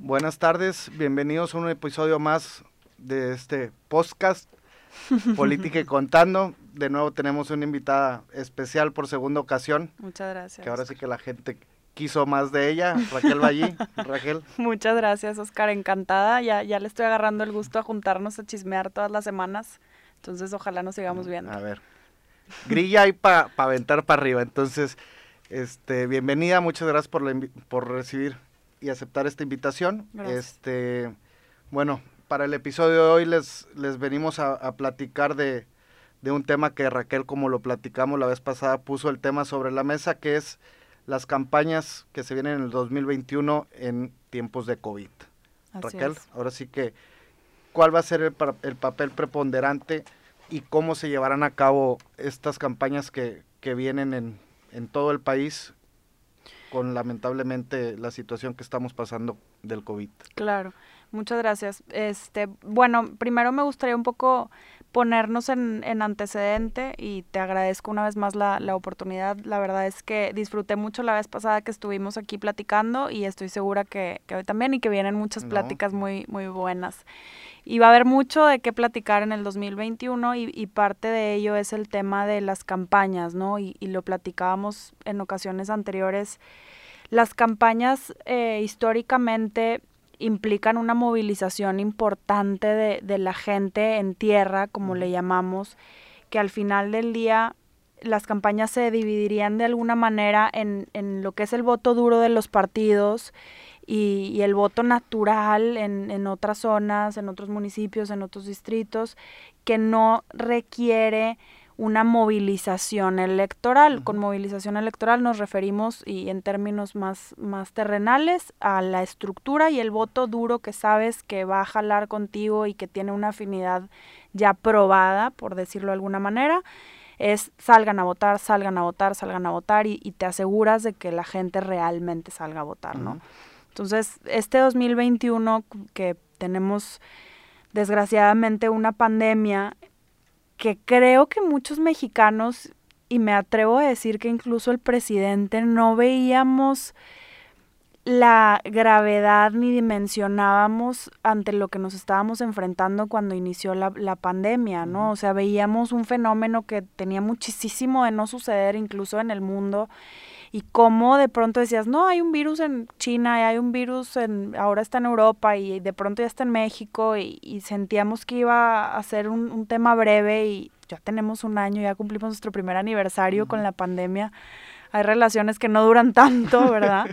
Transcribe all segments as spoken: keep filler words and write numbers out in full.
Buenas tardes, bienvenidos a un episodio más de este podcast Política y Contando. De nuevo tenemos una invitada especial por segunda ocasión. Muchas gracias. Que ahora sí que la gente quiso más de ella, Raquel Vallí. Raquel. Muchas gracias, Oscar, encantada. Ya, ya le estoy agarrando el gusto a juntarnos a chismear todas las semanas. Entonces, ojalá nos sigamos viendo. A ver, grilla ahí para pa aventar para arriba. Entonces, este, bienvenida, muchas gracias por, la por recibir y aceptar esta invitación. Gracias. Este, bueno, para el episodio de hoy les, les venimos a, a platicar de, de un tema que Raquel, como lo platicamos la vez pasada, puso el tema sobre la mesa, que es las campañas que se vienen en el dos mil veintiuno en tiempos de COVID. Así Raquel, es. ahora sí que, ¿cuál va a ser el, el papel preponderante y cómo se llevarán a cabo estas campañas que, que vienen en, en todo el país con lamentablemente la situación que estamos pasando del COVID? Claro, muchas gracias. Este, bueno, primero me gustaría un poco ponernos en, en antecedente y te agradezco una vez más la, la oportunidad. La verdad es que disfruté mucho la vez pasada que estuvimos aquí platicando y estoy segura que, que hoy también y que vienen muchas No. pláticas muy, muy buenas. Y va a haber mucho de qué platicar en el dos mil veintiuno y, y parte de ello es el tema de las campañas, ¿no? Y, y lo platicábamos en ocasiones anteriores. Las campañas eh, históricamente implican una movilización importante de, de la gente en tierra, como uh-huh. le llamamos, que al final del día las campañas se dividirían de alguna manera en, en lo que es el voto duro de los partidos y, y el voto natural en, en otras zonas, en otros municipios, en otros distritos, que no requiere una movilización electoral. Uh-huh. Con movilización electoral nos referimos, y en términos más, más terrenales, a la estructura y el voto duro que sabes que va a jalar contigo y que tiene una afinidad ya probada, por decirlo de alguna manera, es salgan a votar, salgan a votar, salgan a votar y, y te aseguras de que la gente realmente salga a votar, ¿no? Uh-huh. Entonces, este dos mil veintiuno que tenemos desgraciadamente una pandemia que creo que muchos mexicanos, y me atrevo a decir que incluso el presidente, no veíamos la gravedad ni dimensionábamos ante lo que nos estábamos enfrentando cuando inició la, la pandemia, ¿no? O sea, veíamos un fenómeno que tenía muchísimo de no suceder incluso en el mundo, y cómo de pronto decías, no, hay un virus en China, y hay un virus en, ahora está en Europa, y de pronto ya está en México, y, y sentíamos que iba a ser un, un tema breve, y ya tenemos un año, ya cumplimos nuestro primer aniversario uh-huh. con la pandemia. Hay relaciones que no duran tanto, ¿verdad?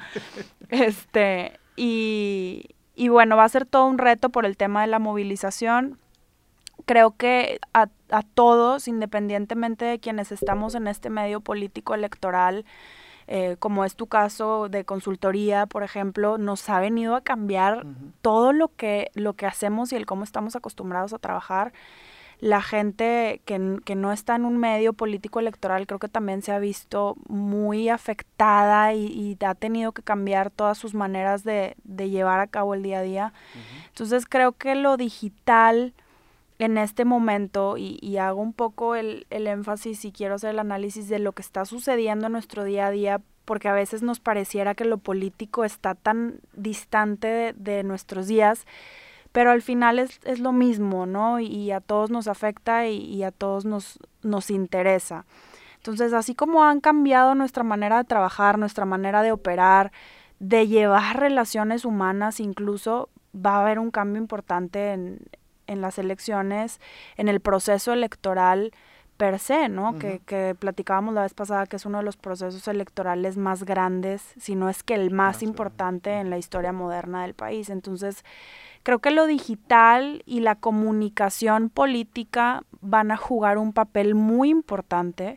este, y, y bueno, va a ser todo un reto por el tema de la movilización. Creo que a, a todos, independientemente de quienes estamos en este medio político electoral, Eh, como es tu caso de consultoría, por ejemplo, nos ha venido a cambiar uh-huh. todo lo que, lo que hacemos y el cómo estamos acostumbrados a trabajar. La gente que, que no está en un medio político electoral creo que también se ha visto muy afectada y, y ha tenido que cambiar todas sus maneras de, de llevar a cabo el día a día. Uh-huh. Entonces creo que lo digital en este momento, y, y hago un poco el, el énfasis y quiero hacer el análisis de lo que está sucediendo en nuestro día a día, porque a veces nos pareciera que lo político está tan distante de, de nuestros días, pero al final es, es lo mismo, ¿no? Y, y a todos nos afecta y, y a todos nos, nos interesa. Entonces, así como han cambiado nuestra manera de trabajar, nuestra manera de operar, de llevar relaciones humanas, incluso va a haber un cambio importante en en las elecciones, en el proceso electoral per se, ¿no? Uh-huh. Que, que platicábamos la vez pasada que es uno de los procesos electorales más grandes, si no es que el más no, importante sí. en la historia moderna del país. Entonces, creo que lo digital y la comunicación política van a jugar un papel muy importante.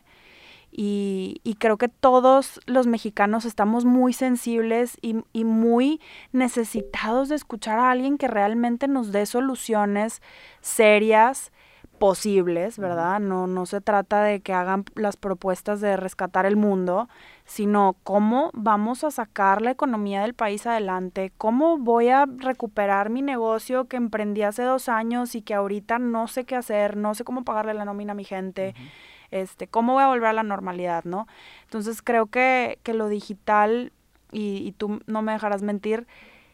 Y, y creo que todos los mexicanos estamos muy sensibles y, y muy necesitados de escuchar a alguien que realmente nos dé soluciones serias, posibles, ¿verdad? No, no se trata de que hagan las propuestas de rescatar el mundo, sino cómo vamos a sacar la economía del país adelante, cómo voy a recuperar mi negocio que emprendí hace dos años y que ahorita no sé qué hacer, no sé cómo pagarle la nómina a mi gente. Uh-huh. Este, cómo voy a volver a la normalidad, ¿no? Entonces creo que, que lo digital, y, y tú no me dejarás mentir,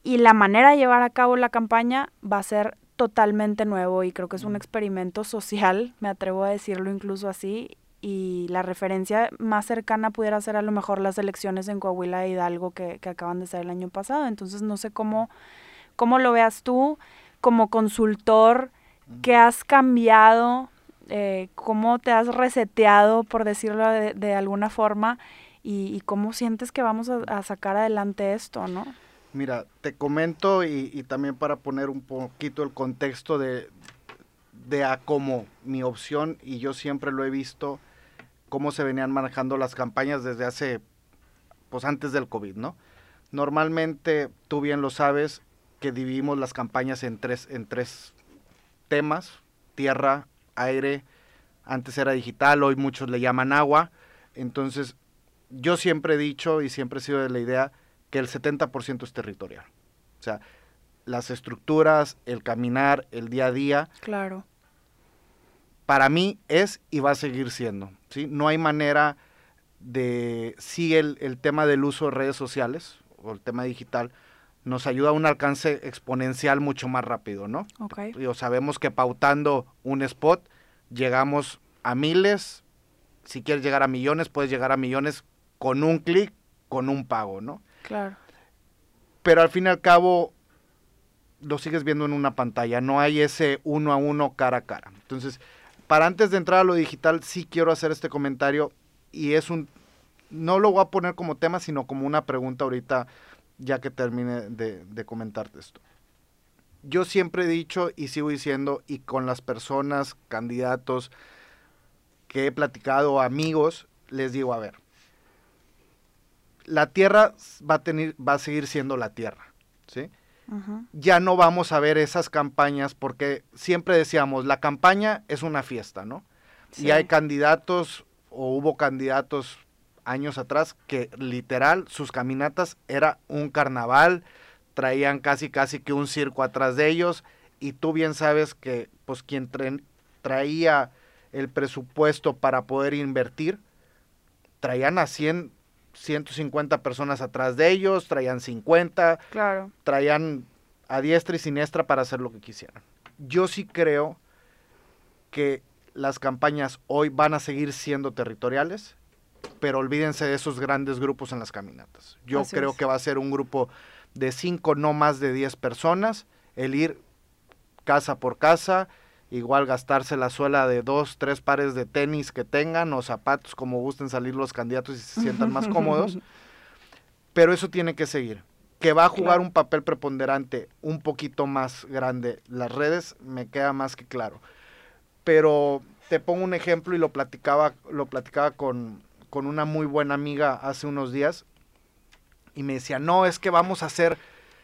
y la manera de llevar a cabo la campaña va a ser totalmente nuevo y creo que es un experimento social, me atrevo a decirlo incluso así, y la referencia más cercana pudiera ser a lo mejor las elecciones en Coahuila e Hidalgo que, que acaban de ser el año pasado. Entonces no sé cómo, cómo lo veas tú como consultor, qué has cambiado, eh, cómo te has reseteado, por decirlo de, de alguna forma, y, y cómo sientes que vamos a, a sacar adelante esto, ¿no? Mira, te comento y, y también para poner un poquito el contexto de, de a cómo mi opción, y yo siempre lo he visto, cómo se venían manejando las campañas desde hace, pues antes del COVID, ¿no? Normalmente, tú bien lo sabes, que dividimos las campañas en tres, en tres temas: tierra, aire, antes era digital, hoy muchos le llaman agua. Entonces, yo siempre he dicho y siempre he sido de la idea que el setenta por ciento es territorial. O sea, las estructuras, el caminar, el día a día. Claro. Para mí es y va a seguir siendo, ¿sí? No hay manera de... Sí, el, el tema del uso de redes sociales o el tema digital nos ayuda a un alcance exponencial mucho más rápido, ¿no? Okay. Digo, sabemos que pautando un spot llegamos a miles. Si quieres llegar a millones, puedes llegar a millones con un clic, con un pago, ¿no? Claro. Pero al fin y al cabo lo sigues viendo en una pantalla, no hay ese uno a uno, cara a cara. Entonces, para antes de entrar a lo digital, sí quiero hacer este comentario, y es un, no lo voy a poner como tema, sino como una pregunta ahorita, ya que termine de, de comentarte esto. Yo siempre he dicho y sigo diciendo, y con las personas, candidatos que he platicado, amigos, les digo, a ver, la tierra va a, tener, va a seguir siendo la tierra, ¿sí? Uh-huh. Ya no vamos a ver esas campañas, porque siempre decíamos, la campaña es una fiesta, ¿no? Sí. Y hay candidatos, o hubo candidatos años atrás, que literal, sus caminatas era un carnaval, traían casi casi que un circo atrás de ellos, y tú bien sabes que pues quien tra- traía el presupuesto para poder invertir, traían a cien, ciento cincuenta personas atrás de ellos, traían cincuenta, claro. Traían a diestra y siniestra para hacer lo que quisieran. Yo sí creo que las campañas hoy van a seguir siendo territoriales, pero olvídense de esos grandes grupos en las caminatas. Yo Así creo es. que va a ser un grupo de cinco, no más de diez personas, el ir casa por casa, igual gastarse la suela de dos, tres pares de tenis que tengan, o zapatos, como gusten salir los candidatos y se sientan más cómodos, pero eso tiene que seguir. Que va a jugar claro. un papel preponderante un poquito más grande las redes, me queda más que claro. Pero te pongo un ejemplo, y lo platicaba, lo platicaba con, con una muy buena amiga hace unos días, y me decía, no, es que vamos a hacer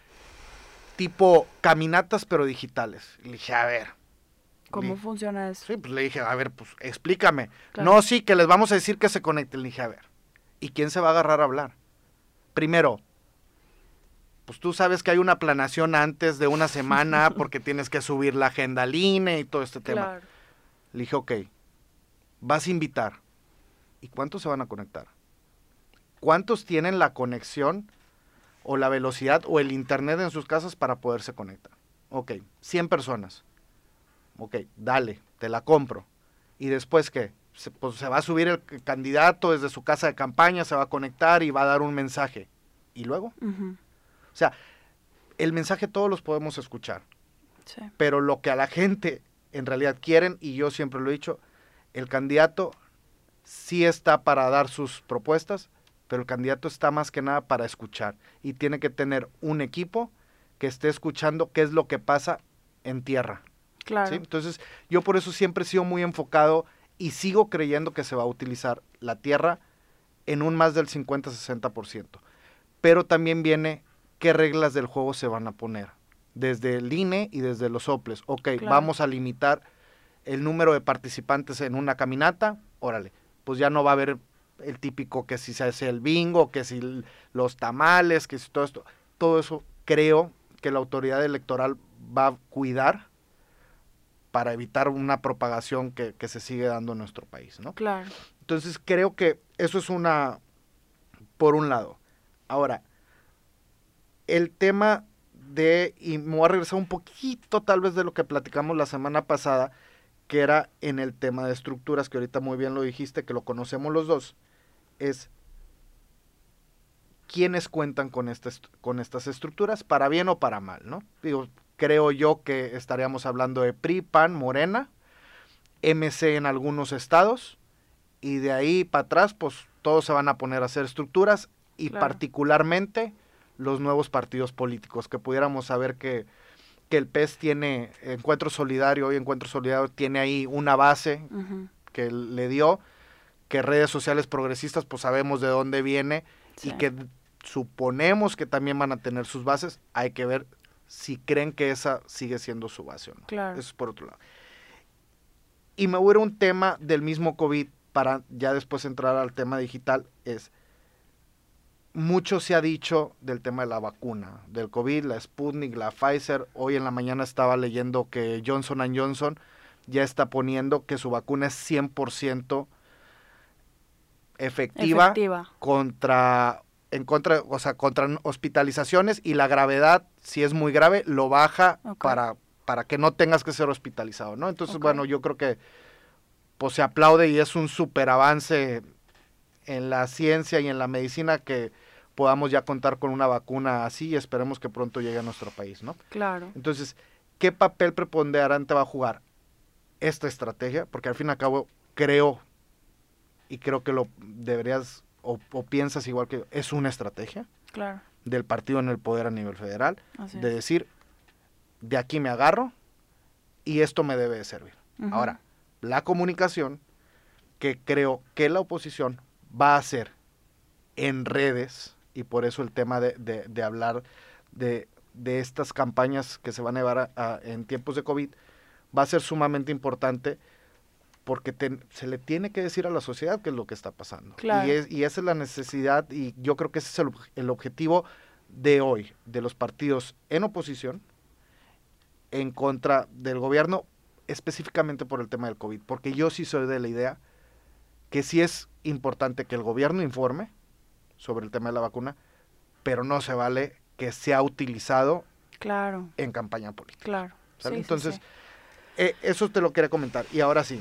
tipo caminatas pero digitales. Y le dije, a ver. ¿Cómo le, funciona eso? Sí, pues le dije, a ver, pues explícame. Claro. No, sí, que les vamos a decir que se conecten. Le dije, a ver, ¿y quién se va a agarrar a hablar? Primero, pues tú sabes que hay una planeación antes de una semana porque tienes que subir la agenda al I N E y todo este claro. tema. Le dije, ok, vas a invitar. ¿Y cuántos se van a conectar? ¿Cuántos tienen la conexión o la velocidad o el internet en sus casas para poderse conectar? Ok, cien personas. Ok, dale, te la compro. ¿Y después qué? Se, pues se va a subir el candidato desde su casa de campaña, se va a conectar y va a dar un mensaje. ¿Y luego? Uh-huh. O sea, el mensaje todos los podemos escuchar. Sí. Pero lo que a la gente en realidad quieren, y yo siempre lo he dicho, el candidato sí está para dar sus propuestas, pero el candidato está más que nada para escuchar, y tiene que tener un equipo que esté escuchando qué es lo que pasa en tierra. Claro. ¿Sí? Entonces, yo por eso siempre he sido muy enfocado y sigo creyendo que se va a utilizar la tierra en un más del cincuenta a sesenta por ciento. Pero también viene qué reglas del juego se van a poner, desde el I N E y desde los soples. Ok, claro. Vamos a limitar el número de participantes en una caminata, órale, pues ya no va a haber el típico que si se hace el bingo, que si los tamales, que si todo esto, todo eso creo que la autoridad electoral va a cuidar para evitar una propagación que, que se sigue dando en nuestro país, ¿no? Claro. Entonces creo que eso es una, por un lado. Ahora, el tema de, y me voy a regresar un poquito tal vez de lo que platicamos la semana pasada, que era en el tema de estructuras, que ahorita muy bien lo dijiste, que lo conocemos los dos, es quiénes cuentan con estas, con estas estructuras, para bien o para mal, ¿no? Digo, creo yo que estaríamos hablando de P R I, P A N, Morena, M C en algunos estados, y de ahí para atrás, pues todos se van a poner a hacer estructuras, y claro, particularmente los nuevos partidos políticos, que pudiéramos saber que, que el P E S tiene Encuentro Solidario, hoy Encuentro Solidario tiene ahí una base uh-huh. que le dio, que redes sociales progresistas, pues sabemos de dónde viene, sí. y que suponemos que también van a tener sus bases, hay que ver si creen que esa sigue siendo su base o no. Claro. Eso es por otro lado. Y me voy a ir a un tema del mismo COVID, para ya después entrar al tema digital, es... Mucho se ha dicho del tema de la vacuna, del COVID, la Sputnik, la Pfizer. Hoy en la mañana estaba leyendo que Johnson and Johnson ya está poniendo que su vacuna es cien por ciento efectiva, efectiva. contra, en contra, o sea, contra hospitalizaciones, y la gravedad, si es muy grave, lo baja okay. para, para que no tengas que ser hospitalizado, ¿no? Entonces, okay. bueno, yo creo que pues se aplaude y es un súper avance en la ciencia y en la medicina que podamos ya contar con una vacuna así, y esperemos que pronto llegue a nuestro país, ¿no? Claro. Entonces, ¿qué papel preponderante va a jugar esta estrategia? Porque al fin y al cabo creo, y creo que lo deberías, o, o piensas igual que yo, es una estrategia claro. del partido en el poder a nivel federal, así de es. decir, de aquí me agarro y esto me debe de servir. Uh-huh. Ahora, la comunicación, que creo que la oposición va a hacer en redes, y por eso el tema de, de, de hablar de, de estas campañas que se van a llevar a, a, en tiempos de COVID, va a ser sumamente importante, porque te, se le tiene que decir a la sociedad qué es lo que está pasando. Claro. Y, es, y esa es la necesidad, y yo creo que ese es el, el objetivo de hoy, de los partidos en oposición, en contra del gobierno, específicamente por el tema del COVID, porque yo sí soy de la idea que sí es importante que el gobierno informe sobre el tema de la vacuna, pero no se vale que sea utilizado claro. en campaña política. Claro. Sí, Entonces, sí, sí. Eh, eso te lo quería comentar. Y ahora sí,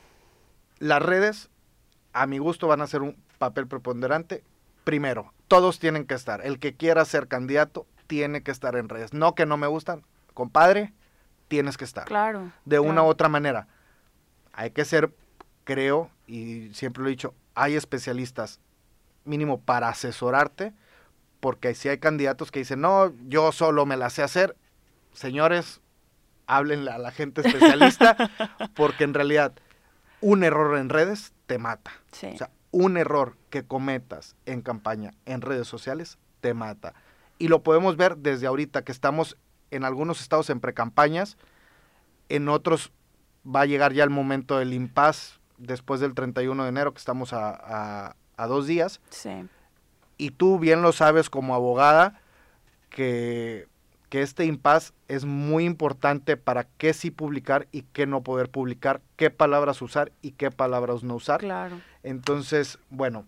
las redes, a mi gusto, van a ser un papel preponderante. Primero, todos tienen que estar. El que quiera ser candidato tiene que estar en redes. No que no me gustan, compadre, tienes que estar. Claro. De claro. una u otra manera. Hay que ser, creo, y siempre lo he dicho, hay especialistas mínimo para asesorarte, porque si hay candidatos que dicen, no, yo solo me la sé hacer, señores, háblenle a la gente especialista, porque en realidad un error en redes te mata. Sí. O sea, un error que cometas en campaña, en redes sociales, te mata. Y lo podemos ver desde ahorita, que estamos en algunos estados en precampañas, en otros va a llegar ya el momento del impasse después del treinta y uno de enero, que estamos a, a, a dos días. Sí. Y tú bien lo sabes como abogada, que, que este impasse es muy importante para qué sí publicar y qué no poder publicar, qué palabras usar y qué palabras no usar. Claro. Entonces, bueno,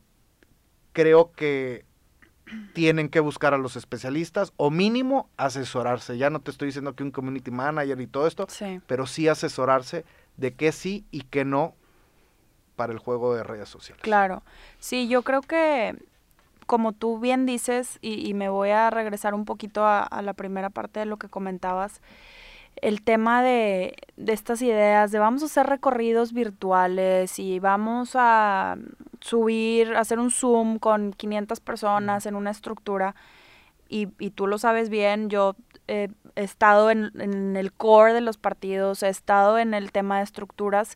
creo que tienen que buscar a los especialistas o mínimo asesorarse. Ya no te estoy diciendo que un community manager y todo esto, sí. pero sí asesorarse de qué sí y qué no para el juego de redes sociales. Claro. Sí, yo creo que, como tú bien dices, y, y me voy a regresar un poquito a, a la primera parte de lo que comentabas, el tema de, de estas ideas de vamos a hacer recorridos virtuales y vamos a subir, hacer un Zoom con quinientas personas en una estructura, y, y tú lo sabes bien, yo eh, he estado en, en el core de los partidos, he estado en el tema de estructuras,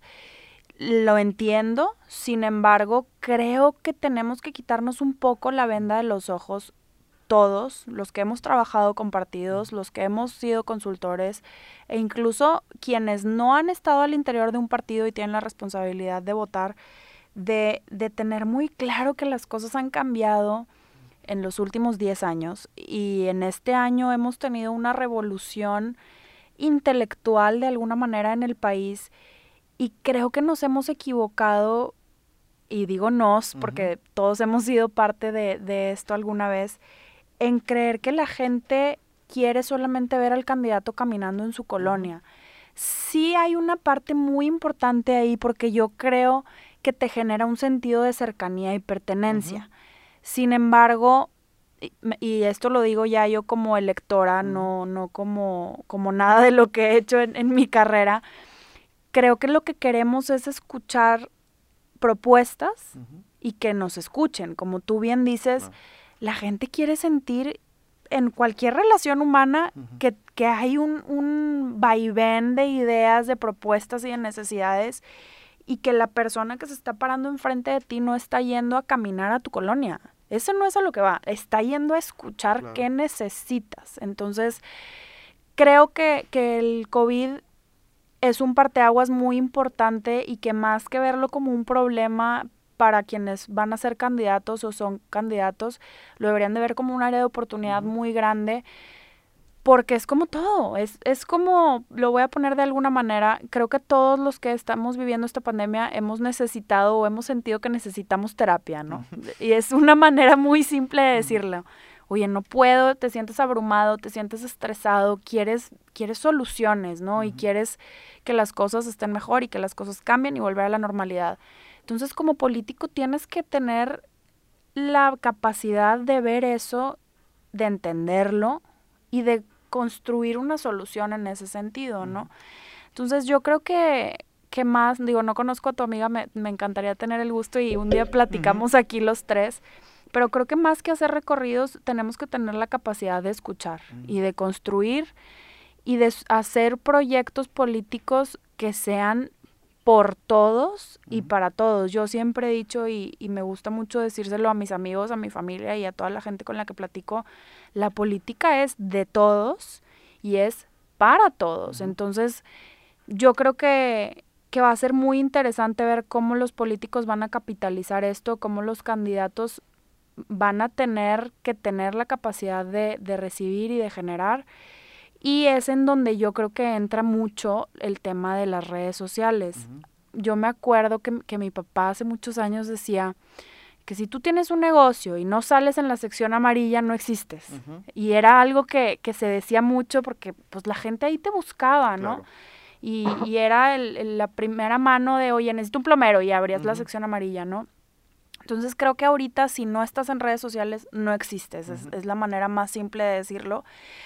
lo entiendo, sin embargo, creo que tenemos que quitarnos un poco la venda de los ojos, todos, los que hemos trabajado con partidos, los que hemos sido consultores, e incluso quienes no han estado al interior de un partido y tienen la responsabilidad de votar, de, de tener muy claro que las cosas han cambiado en los últimos diez años, y en este año hemos tenido una revolución intelectual de alguna manera en el país, y creo que nos hemos equivocado, y digo nos, porque uh-huh. todos hemos sido parte de, de esto alguna vez, en creer que la gente quiere solamente ver al candidato caminando en su colonia. Uh-huh. Sí hay una parte muy importante ahí porque yo creo que te genera un sentido de cercanía y pertenencia. Uh-huh. Sin embargo, y, y esto lo digo ya yo como electora, uh-huh. no, no como, como nada de lo que he hecho en, en mi carrera, creo que lo que queremos es escuchar propuestas uh-huh. y que nos escuchen. Como tú bien dices, uh-huh. la gente quiere sentir en cualquier relación humana uh-huh. que, que hay un, un vaivén de ideas, de propuestas y de necesidades, y que la persona que se está parando enfrente de ti no está yendo a caminar a tu colonia. Eso no es a lo que va, está yendo a escuchar claro. qué necesitas. Entonces, creo que, que el COVID es un parteaguas muy importante y que más que verlo como un problema para quienes van a ser candidatos o son candidatos, lo deberían de ver como un área de oportunidad uh-huh. muy grande, porque es como todo, es, es como, lo voy a poner de alguna manera, creo que todos los que estamos viviendo esta pandemia hemos necesitado o hemos sentido que necesitamos terapia, ¿no? Uh-huh. Y es una manera muy simple de decirlo. Uh-huh. Oye, no puedo, te sientes abrumado, te sientes estresado, quieres, quieres soluciones, ¿no? Uh-huh. Y quieres que las cosas estén mejor y que las cosas cambien y volver a la normalidad. Entonces, como político tienes que tener la capacidad de ver eso, de entenderlo y de construir una solución en ese sentido, ¿no? Entonces, yo creo que, que más, digo, no conozco a tu amiga, me, me encantaría tener el gusto y un día platicamos uh-huh. aquí los tres, pero creo que más que hacer recorridos, tenemos que tener la capacidad de escuchar uh-huh. y de construir y de hacer proyectos políticos que sean por todos uh-huh. y para todos. Yo siempre he dicho, y, y me gusta mucho decírselo a mis amigos, a mi familia y a toda la gente con la que platico, la política es de todos y es para todos. Uh-huh. Entonces, yo creo que, que va a ser muy interesante ver cómo los políticos van a capitalizar esto, cómo los candidatos van a tener que tener la capacidad de, de recibir y de generar. Y es en donde yo creo que entra mucho el tema de las redes sociales. Uh-huh. Yo me acuerdo que, que mi papá hace muchos años decía que si tú tienes un negocio y no sales en la sección amarilla, no existes. Uh-huh. Y era algo que, que se decía mucho porque pues la gente ahí te buscaba, ¿no? Claro. Y, y era el, el, la primera mano de, oye, necesito un plomero, y abrías uh-huh. la sección amarilla, ¿no? Entonces creo que ahorita si no estás en redes sociales, no existes. Uh-huh. Es, es la manera más simple de decirlo.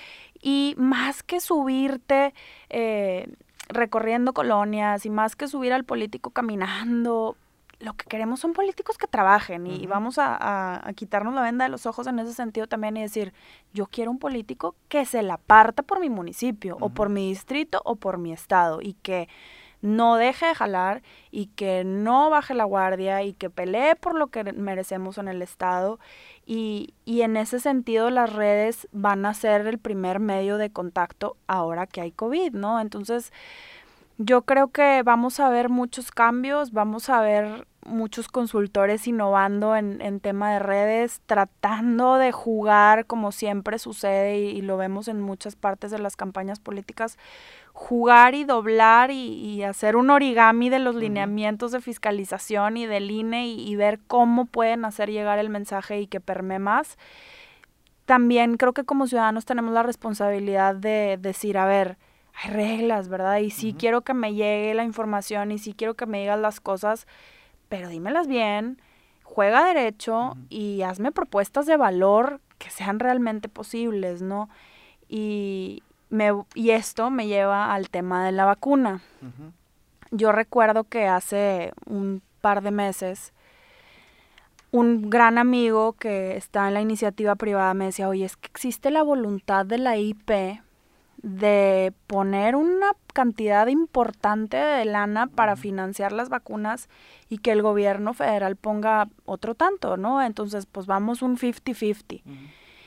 Y más que subirte eh, recorriendo colonias y más que subir al político caminando, lo que queremos son políticos que trabajen uh-huh. y vamos a, a, a quitarnos la venda de los ojos en ese sentido también y decir, yo quiero un político que se la parta por mi municipio uh-huh. o por mi distrito o por mi estado y que no deje de jalar y que no baje la guardia y que pelee por lo que merecemos en el estado. Y, y en ese sentido las redes van a ser el primer medio de contacto ahora que hay COVID, ¿no? Entonces yo creo que vamos a ver muchos cambios, vamos a ver muchos consultores innovando en, en tema de redes, tratando de jugar como siempre sucede y, y lo vemos en muchas partes de las campañas políticas, jugar y doblar y, y hacer un origami de los uh-huh. lineamientos de fiscalización y del I N E y, y ver cómo pueden hacer llegar el mensaje y que permee más. También creo que como ciudadanos tenemos la responsabilidad de decir, a ver, hay reglas, ¿verdad? Y sí uh-huh. quiero que me llegue la información y sí quiero que me digas las cosas, pero dímelas bien, juega derecho uh-huh. y hazme propuestas de valor que sean realmente posibles, ¿no? Y, me, y esto me lleva al tema de la vacuna. Uh-huh. Yo recuerdo que hace un par de meses un gran amigo que está en la iniciativa privada me decía, oye, es que existe la voluntad de la I P de poner una cantidad importante de lana para uh-huh. financiar las vacunas y que el gobierno federal ponga otro tanto, ¿no? Entonces, pues vamos un cincuenta cincuenta. Uh-huh.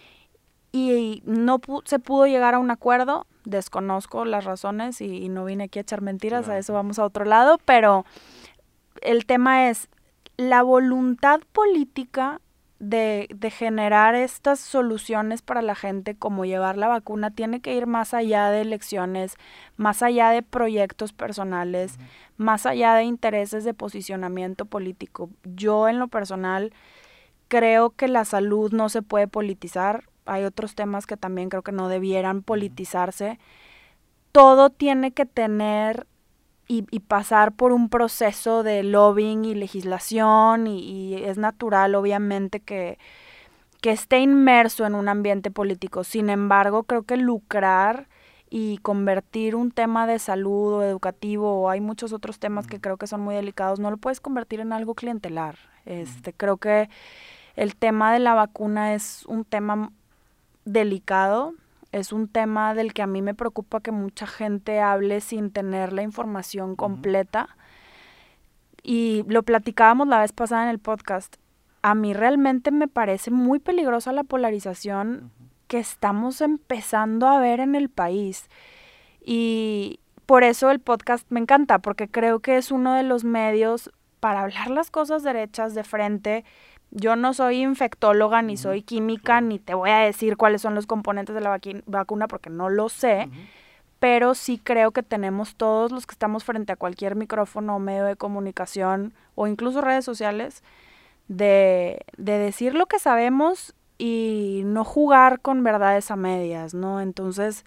Y no pu- se pudo llegar a un acuerdo, desconozco las razones y, y no vine aquí a echar mentiras, claro. A eso vamos a otro lado, pero el tema es la voluntad política De, de generar estas soluciones para la gente, como llevar la vacuna, tiene que ir más allá de elecciones, más allá de proyectos personales, uh-huh. más allá de intereses de posicionamiento político. Yo en lo personal creo que la salud no se puede politizar. hay otros temas que también creo que no debieran politizarse. Todo tiene que tener y, y pasar por un proceso de lobbying y legislación y, y es natural, obviamente, que, que esté inmerso en un ambiente político. Sin embargo, creo que lucrar y convertir un tema de salud o educativo, o hay muchos otros temas que creo que son muy delicados, no lo puedes convertir en algo clientelar. Este, creo que el tema de la vacuna es un tema delicado, es un tema del que a mí me preocupa que mucha gente hable sin tener la información completa. Uh-huh. Y lo platicábamos la vez pasada en el podcast. A mí realmente me parece muy peligrosa la polarización uh-huh. que estamos empezando a ver en el país. Y por eso el podcast me encanta, porque creo que es uno de los medios para hablar las cosas derechas de frente. Yo no soy infectóloga, ni uh-huh. soy química, claro. ni te voy a decir cuáles son los componentes de la vacu- vacuna porque no lo sé, uh-huh. pero sí creo que tenemos todos los que estamos frente a cualquier micrófono o medio de comunicación o incluso redes sociales de, de decir lo que sabemos y no jugar con verdades a medias, ¿no? Entonces,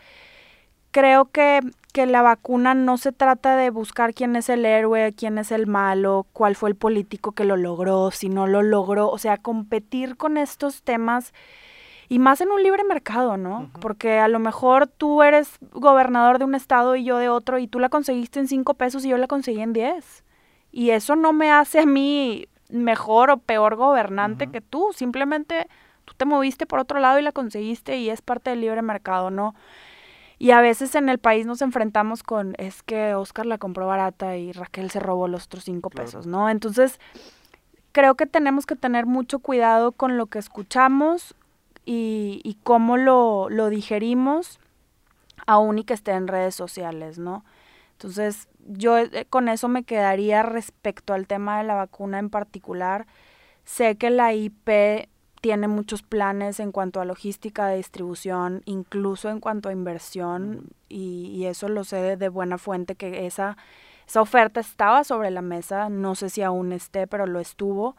creo que, que la vacuna no se trata de buscar quién es el héroe, quién es el malo, cuál fue el político que lo logró, si no lo logró. O sea, competir con estos temas y más en un libre mercado, ¿no? Uh-huh. Porque a lo mejor tú eres gobernador de un estado y yo de otro y tú la conseguiste en cinco pesos y yo la conseguí en diez. Y eso no me hace a mí mejor o peor gobernante uh-huh. que tú. Simplemente tú te moviste por otro lado y la conseguiste y es parte del libre mercado, ¿no? Y a veces en el país nos enfrentamos con, es que Oscar la compró barata y Raquel se robó los otros cinco claro. pesos, ¿no? Entonces, creo que tenemos que tener mucho cuidado con lo que escuchamos y, y cómo lo, lo digerimos, aún y que esté en redes sociales, ¿no? Entonces, yo eh, con eso me quedaría respecto al tema de la vacuna en particular. Sé que la I P tiene muchos planes en cuanto a logística de distribución, incluso en cuanto a inversión, uh-huh. y, y eso lo sé de, de buena fuente, que esa, esa oferta estaba sobre la mesa, no sé si aún esté, pero lo estuvo,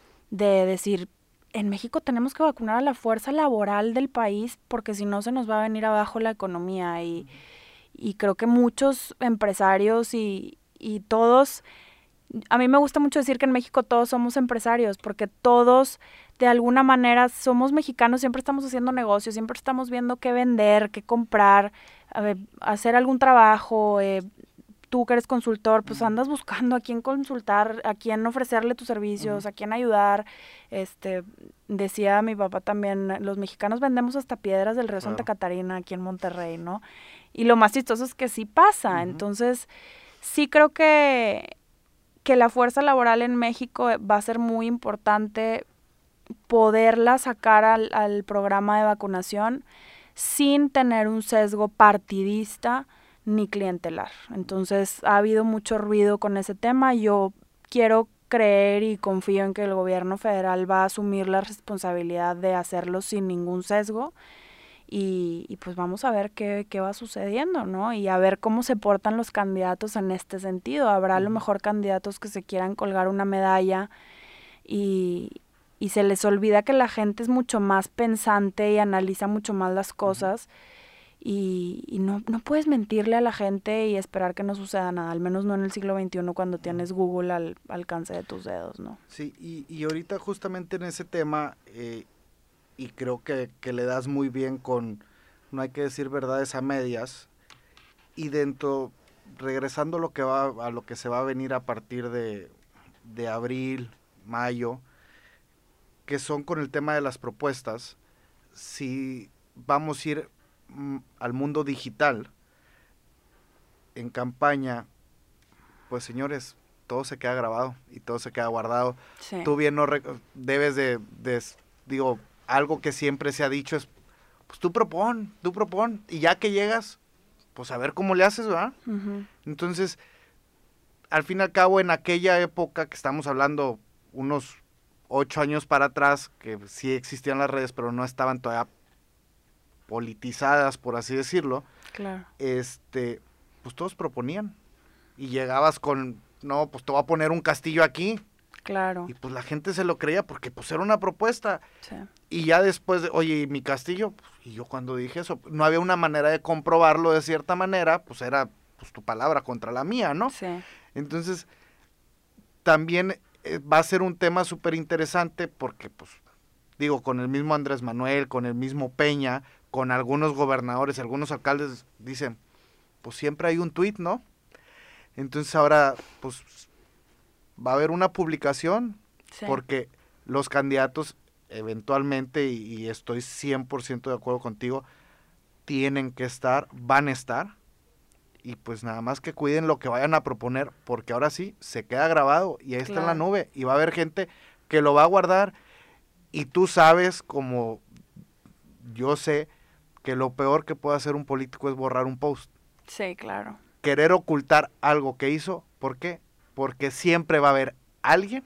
de decir, en México tenemos que vacunar a la fuerza laboral del país, porque si no se nos va a venir abajo la economía, y, uh-huh. y creo que muchos empresarios y, y todos... A mí me gusta mucho decir que en México todos somos empresarios, porque todos, de alguna manera, somos mexicanos, siempre estamos haciendo negocios, siempre estamos viendo qué vender, qué comprar, a ver, hacer algún trabajo. Eh, tú que eres consultor, pues andas buscando a quién consultar, a quién ofrecerle tus servicios, uh-huh. a quién ayudar. Este, decía mi papá también, los mexicanos vendemos hasta piedras del río claro. Santa Catarina aquí en Monterrey, ¿no? Y lo más chistoso es que sí pasa. Uh-huh. Entonces, sí creo que... que la fuerza laboral en México va a ser muy importante poderla sacar al, al programa de vacunación sin tener un sesgo partidista ni clientelar. Entonces, ha habido mucho ruido con ese tema. Yo quiero creer y confío en que el gobierno federal va a asumir la responsabilidad de hacerlo sin ningún sesgo. Y, y pues vamos a ver qué, qué va sucediendo, ¿no? Y a ver cómo se portan los candidatos en este sentido. Habrá a lo mejor candidatos que se quieran colgar una medalla y, y se les olvida que la gente es mucho más pensante y analiza mucho más las cosas. Uh-huh. Y, y no, no puedes mentirle a la gente y esperar que no suceda nada, al menos no en el siglo veintiuno cuando tienes Google al, al alcance de tus dedos, ¿no? Sí, y, y ahorita justamente en ese tema... Eh, y creo que, que le das muy bien con, no hay que decir verdades a medias, y dentro, regresando a lo que va, a lo que se va a venir a partir de, de abril, mayo, que son con el tema de las propuestas, si vamos a ir mm, al mundo digital, en campaña, pues señores, todo se queda grabado y todo se queda guardado. Sí. Tú bien no re- debes de, de, digo, algo que siempre se ha dicho es, pues tú propon, tú propon, y ya que llegas, pues a ver cómo le haces, ¿verdad? Uh-huh. Entonces, al fin y al cabo, en aquella época que estamos hablando, unos ocho años para atrás, que sí existían las redes, pero no estaban todavía politizadas, por así decirlo, claro. este, pues todos proponían, y llegabas con, no, pues te voy a poner un castillo aquí, Claro. Y pues la gente se lo creía porque pues era una propuesta. Sí. Y ya después, de, oye, ¿y mi castillo? Pues, y yo cuando dije eso, no había una manera de comprobarlo de cierta manera, pues era pues tu palabra contra la mía, ¿no? Sí. Entonces, también eh, va a ser un tema súper interesante porque, pues, digo, con el mismo Andrés Manuel, con el mismo Peña, con algunos gobernadores, algunos alcaldes, dicen, pues siempre hay un tuit, ¿no? Entonces ahora, pues, va a haber una publicación, Sí. porque los candidatos eventualmente, y, y estoy cien por ciento de acuerdo contigo, tienen que estar, van a estar, y pues nada más que cuiden lo que vayan a proponer, porque ahora sí, se queda grabado, y ahí está en la Claro. nube, y va a haber gente que lo va a guardar, y tú sabes, como yo sé, que lo peor que puede hacer un político es borrar un post. Sí, claro. Querer ocultar algo que hizo, ¿por qué? Porque siempre va a haber alguien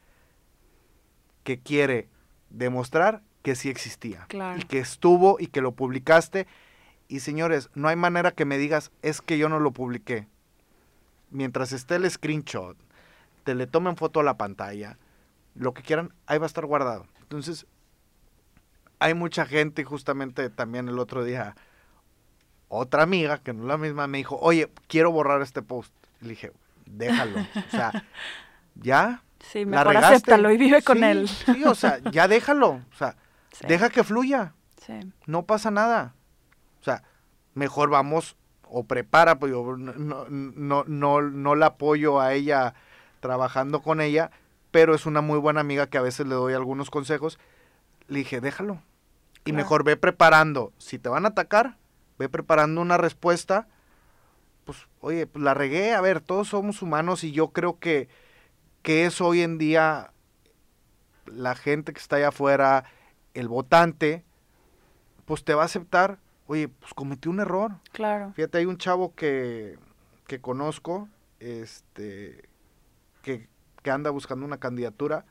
que quiere demostrar que sí existía. Claro. Y que estuvo y que lo publicaste. Y señores, no hay manera que me digas, es que yo no lo publiqué. Mientras esté el screenshot, te le tomen foto a la pantalla, lo que quieran, ahí va a estar guardado. Entonces, hay mucha gente, justamente también el otro día, otra amiga, que no es la misma, me dijo, oye, quiero borrar este post. Y le dije, déjalo. O sea, ya, Sí, la mejor regaste. acéptalo y vive con Sí, él. Sí, o sea, ya déjalo. O sea, Sí. deja que fluya. Sí. No pasa nada. O sea, mejor vamos o prepara, pues yo no, no, no, no, no la apoyo a ella trabajando con ella, pero es una muy buena amiga que a veces le doy algunos consejos. Le dije, déjalo. Y Claro. mejor ve preparando. Si te van a atacar, ve preparando una respuesta. Pues, oye, pues la regué. A ver, todos somos humanos y yo creo que, que eso hoy en día, la gente que está allá afuera, el votante, pues te va a aceptar. Oye, pues cometí un error. Claro. Fíjate, hay un chavo que, que conozco, este, que, que anda buscando una candidatura,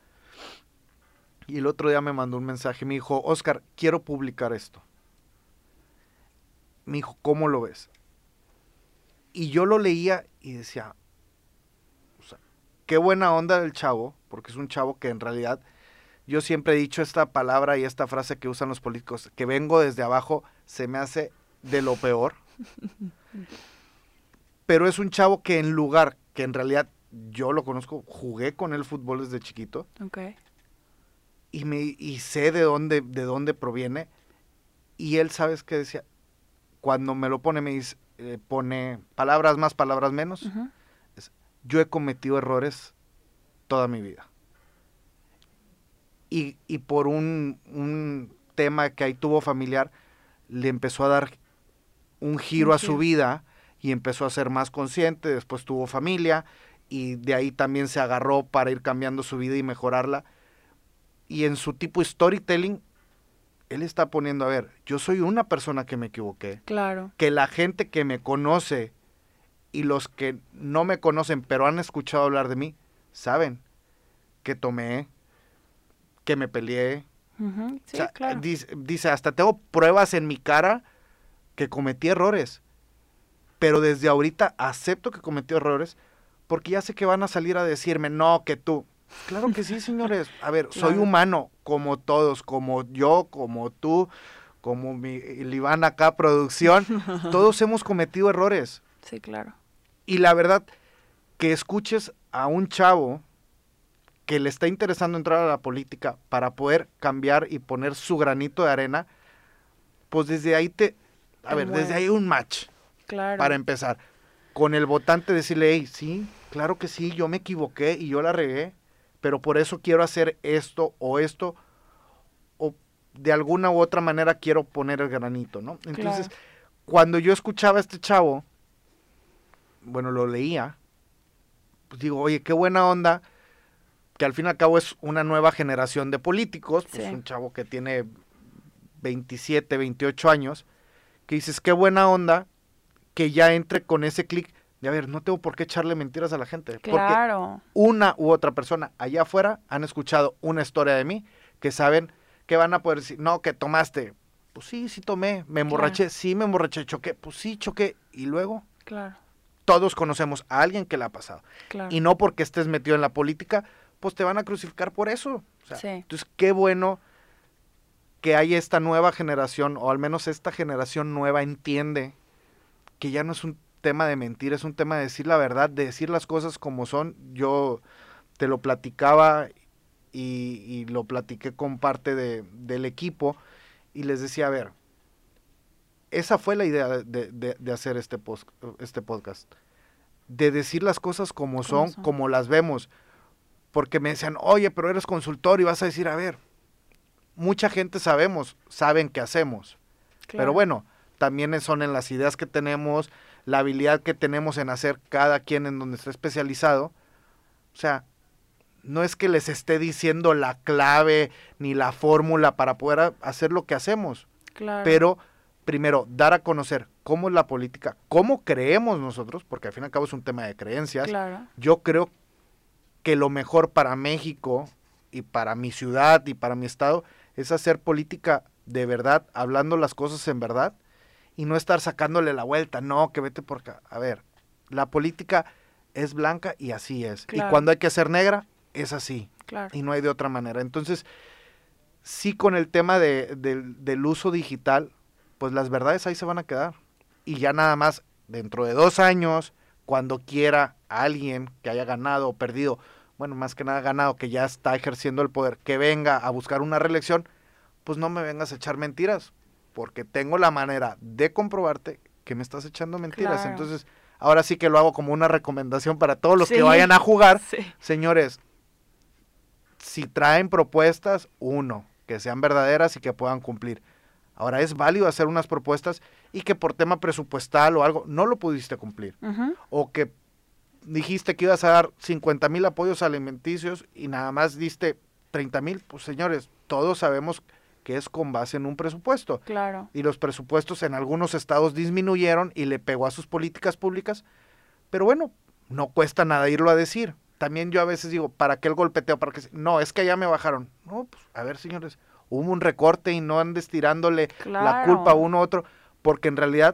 y el otro día me mandó un mensaje, me dijo, Oscar, quiero publicar esto. Me dijo, ¿cómo lo ves? Y yo lo leía y decía, o sea, qué buena onda del chavo, porque es un chavo que en realidad, yo siempre he dicho esta palabra y esta frase que usan los políticos, que vengo desde abajo, se me hace de lo peor. Pero es un chavo que en lugar, que en realidad yo lo conozco, jugué con el fútbol desde chiquito. Ok. Y, me, y sé de dónde, de dónde proviene. Y él, ¿sabes qué decía? Cuando me lo pone, me dice, eh, pone palabras más, palabras menos. Uh-huh. Es, yo he cometido errores toda mi vida. Y, y por un, un tema que ahí tuvo familiar, le empezó a dar un giro Un a su giro. vida y empezó a ser más consciente. Después tuvo familia y de ahí también se agarró para ir cambiando su vida y mejorarla. Y en su tipo storytelling, él está poniendo, a ver, yo soy una persona que me equivoqué. Claro. Que la gente que me conoce y los que no me conocen, pero han escuchado hablar de mí, saben que tomé, que me peleé. Uh-huh. Sí, O sea, claro. dice, dice, hasta tengo pruebas en mi cara que cometí errores. Pero desde ahorita acepto que cometí errores porque ya sé que van a salir a decirme, no, que tú. Claro que sí, señores. A ver, Claro. soy humano, como todos, como yo, como tú, como mi el Iván acá, producción. Todos hemos cometido errores. Sí, claro. Y la verdad, que escuches a un chavo que le está interesando entrar a la política para poder cambiar y poner su granito de arena, pues desde ahí te... A Te ver, mueve. desde ahí un match. Claro. Para empezar, con el votante decirle, hey, sí, claro que sí, yo me equivoqué y yo la regué, pero por eso quiero hacer esto o esto, o de alguna u otra manera quiero poner el granito, ¿no? Entonces, Claro. cuando yo escuchaba a este chavo, bueno, lo leía, pues digo, oye, qué buena onda, que al fin y al cabo es una nueva generación de políticos, pues Sí. un chavo que tiene veintisiete, veintiocho años, que dices, qué buena onda, que ya entre con ese clic de, a ver, no tengo por qué echarle mentiras a la gente. Claro. Porque una u otra persona allá afuera han escuchado una historia de mí que saben que van a poder decir, no, que tomaste. Pues sí, sí tomé. Me emborraché, Claro. sí me emborraché, choqué. Pues sí, choqué. Y luego, Claro. todos conocemos a alguien que le ha pasado. Claro. Y no porque estés metido en la política, pues te van a crucificar por eso. O sea, sí. Entonces, qué bueno que hay esta nueva generación, o al menos esta generación nueva entiende que ya no es un tema de mentir, es un tema de decir la verdad, de decir las cosas como son. Yo te lo platicaba y, y lo platiqué con parte de, del equipo y les decía, a ver, esa fue la idea de, de, de hacer este, post, este podcast, de decir las cosas como son, son, como las vemos, porque me decían, oye, pero eres consultor y vas a decir, a ver, mucha gente sabemos, saben qué hacemos, claro. Pero bueno, también son en las ideas que tenemos, la habilidad que tenemos en hacer cada quien en donde está especializado. O sea, no es que les esté diciendo la clave ni la fórmula para poder hacer lo que hacemos, claro. Pero primero, dar a conocer cómo es la política, cómo creemos nosotros, porque al fin y al cabo es un tema de creencias. Claro. Yo creo que lo mejor para México y para mi ciudad y para mi estado es hacer política de verdad, hablando las cosas en verdad y no estar sacándole la vuelta, no, que vete por acá. A ver, la política es blanca y así es. Claro. Y cuando hay que hacer negra, es así. Claro. Y no hay de otra manera. Entonces, sí, con el tema de, de, del uso digital, pues las verdades ahí se van a quedar. Y ya nada más, dentro de dos años, cuando quiera alguien que haya ganado o perdido, bueno, más que nada ganado, que ya está ejerciendo el poder, que venga a buscar una reelección, pues no me vengas a echar mentiras, porque tengo la manera de comprobarte que me estás echando mentiras. Claro. Entonces, ahora sí que lo hago como una recomendación para todos los sí. que vayan a jugar. Sí. Señores, si traen propuestas, uno, que sean verdaderas y que puedan cumplir. Ahora, es válido hacer unas propuestas y que por tema presupuestal o algo no lo pudiste cumplir. Uh-huh. O que dijiste que ibas a dar cincuenta mil apoyos alimenticios y nada más diste treinta mil. Pues señores, todos sabemos que es con base en un presupuesto. Claro. Y los presupuestos en algunos estados disminuyeron y le pegó a sus políticas públicas. Pero bueno, no cuesta nada irlo a decir. También yo a veces digo, ¿para qué el golpeteo? ¿Para qué? No, es que ya me bajaron. No, pues a ver, señores, hubo un recorte y no andes tirándole claro. la culpa a uno u otro, porque en realidad,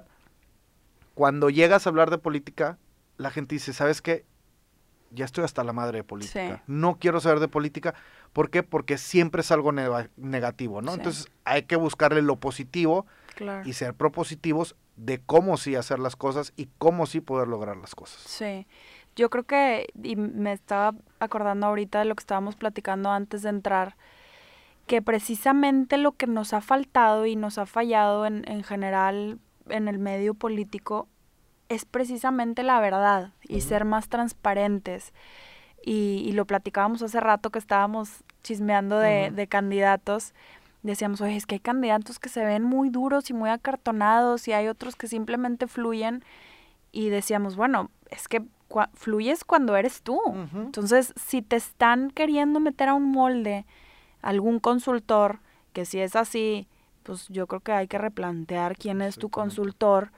cuando llegas a hablar de política, la gente dice, ¿sabes qué? Ya estoy hasta la madre de política. Sí. No quiero saber de política. ¿Por qué? Porque siempre es algo ne- negativo, ¿no? Sí. Entonces hay que buscarle lo positivo claro. y ser propositivos de cómo sí hacer las cosas y cómo sí poder lograr las cosas. Sí. Yo creo que, y me estaba acordando ahorita de lo que estábamos platicando antes de entrar, que precisamente lo que nos ha faltado y nos ha fallado en, en general en el medio político es precisamente la verdad y uh-huh. ser más transparentes. Y, y lo platicábamos hace rato que estábamos chismeando de, uh-huh. de candidatos. Decíamos, oye, es que hay candidatos que se ven muy duros y muy acartonados y hay otros que simplemente fluyen. Y decíamos, bueno, es que cu- fluyes cuando eres tú. Uh-huh. Entonces, si te están queriendo meter a un molde algún consultor, que si es así, pues yo creo que hay que replantear quién es tu consultor.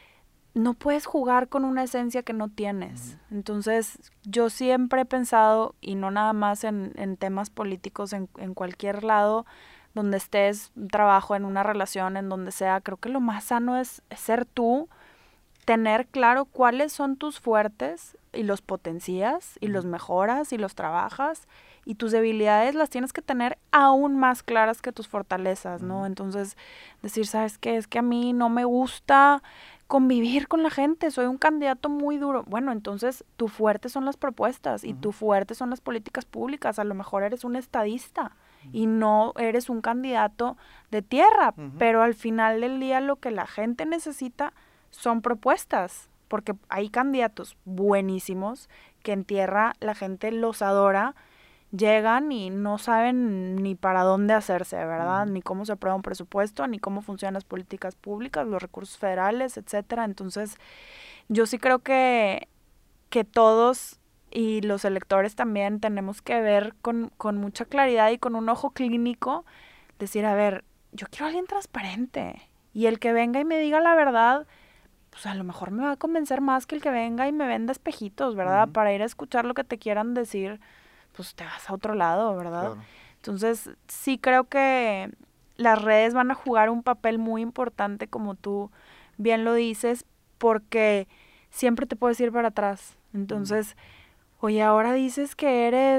No puedes jugar con una esencia que no tienes. Uh-huh. Entonces, yo siempre he pensado, y no nada más en, en temas políticos, en, en cualquier lado donde estés, un trabajo, en una relación, en donde sea, creo que lo más sano es, es ser tú, tener claro cuáles son tus fuertes y los potencias y uh-huh. los mejoras y los trabajas, y tus debilidades las tienes que tener aún más claras que tus fortalezas, ¿no? Uh-huh. Entonces, decir, ¿sabes qué? Es que a mí no me gusta convivir con la gente, soy un candidato muy duro. Bueno, entonces tu fuerte son las propuestas y uh-huh. tu fuerte son las políticas públicas. A lo mejor eres un estadista uh-huh. y no eres un candidato de tierra, uh-huh. pero al final del día lo que la gente necesita son propuestas, porque hay candidatos buenísimos que en tierra la gente los adora, llegan y no saben ni para dónde hacerse, ¿verdad? Uh-huh. Ni cómo se aprueba un presupuesto, ni cómo funcionan las políticas públicas, los recursos federales, etcétera. Entonces, yo sí creo que, que todos y los electores también tenemos que ver con, con mucha claridad y con un ojo clínico, decir, a ver, yo quiero a alguien transparente, y el que venga y me diga la verdad, pues a lo mejor me va a convencer más que el que venga y me venda espejitos, ¿verdad? Uh-huh. Para ir a escuchar lo que te quieran decir, pues te vas a otro lado, ¿verdad? Claro. Entonces, sí creo que las redes van a jugar un papel muy importante, como tú bien lo dices, porque siempre te puedes ir para atrás. Entonces, mm. oye, ahora dices que eres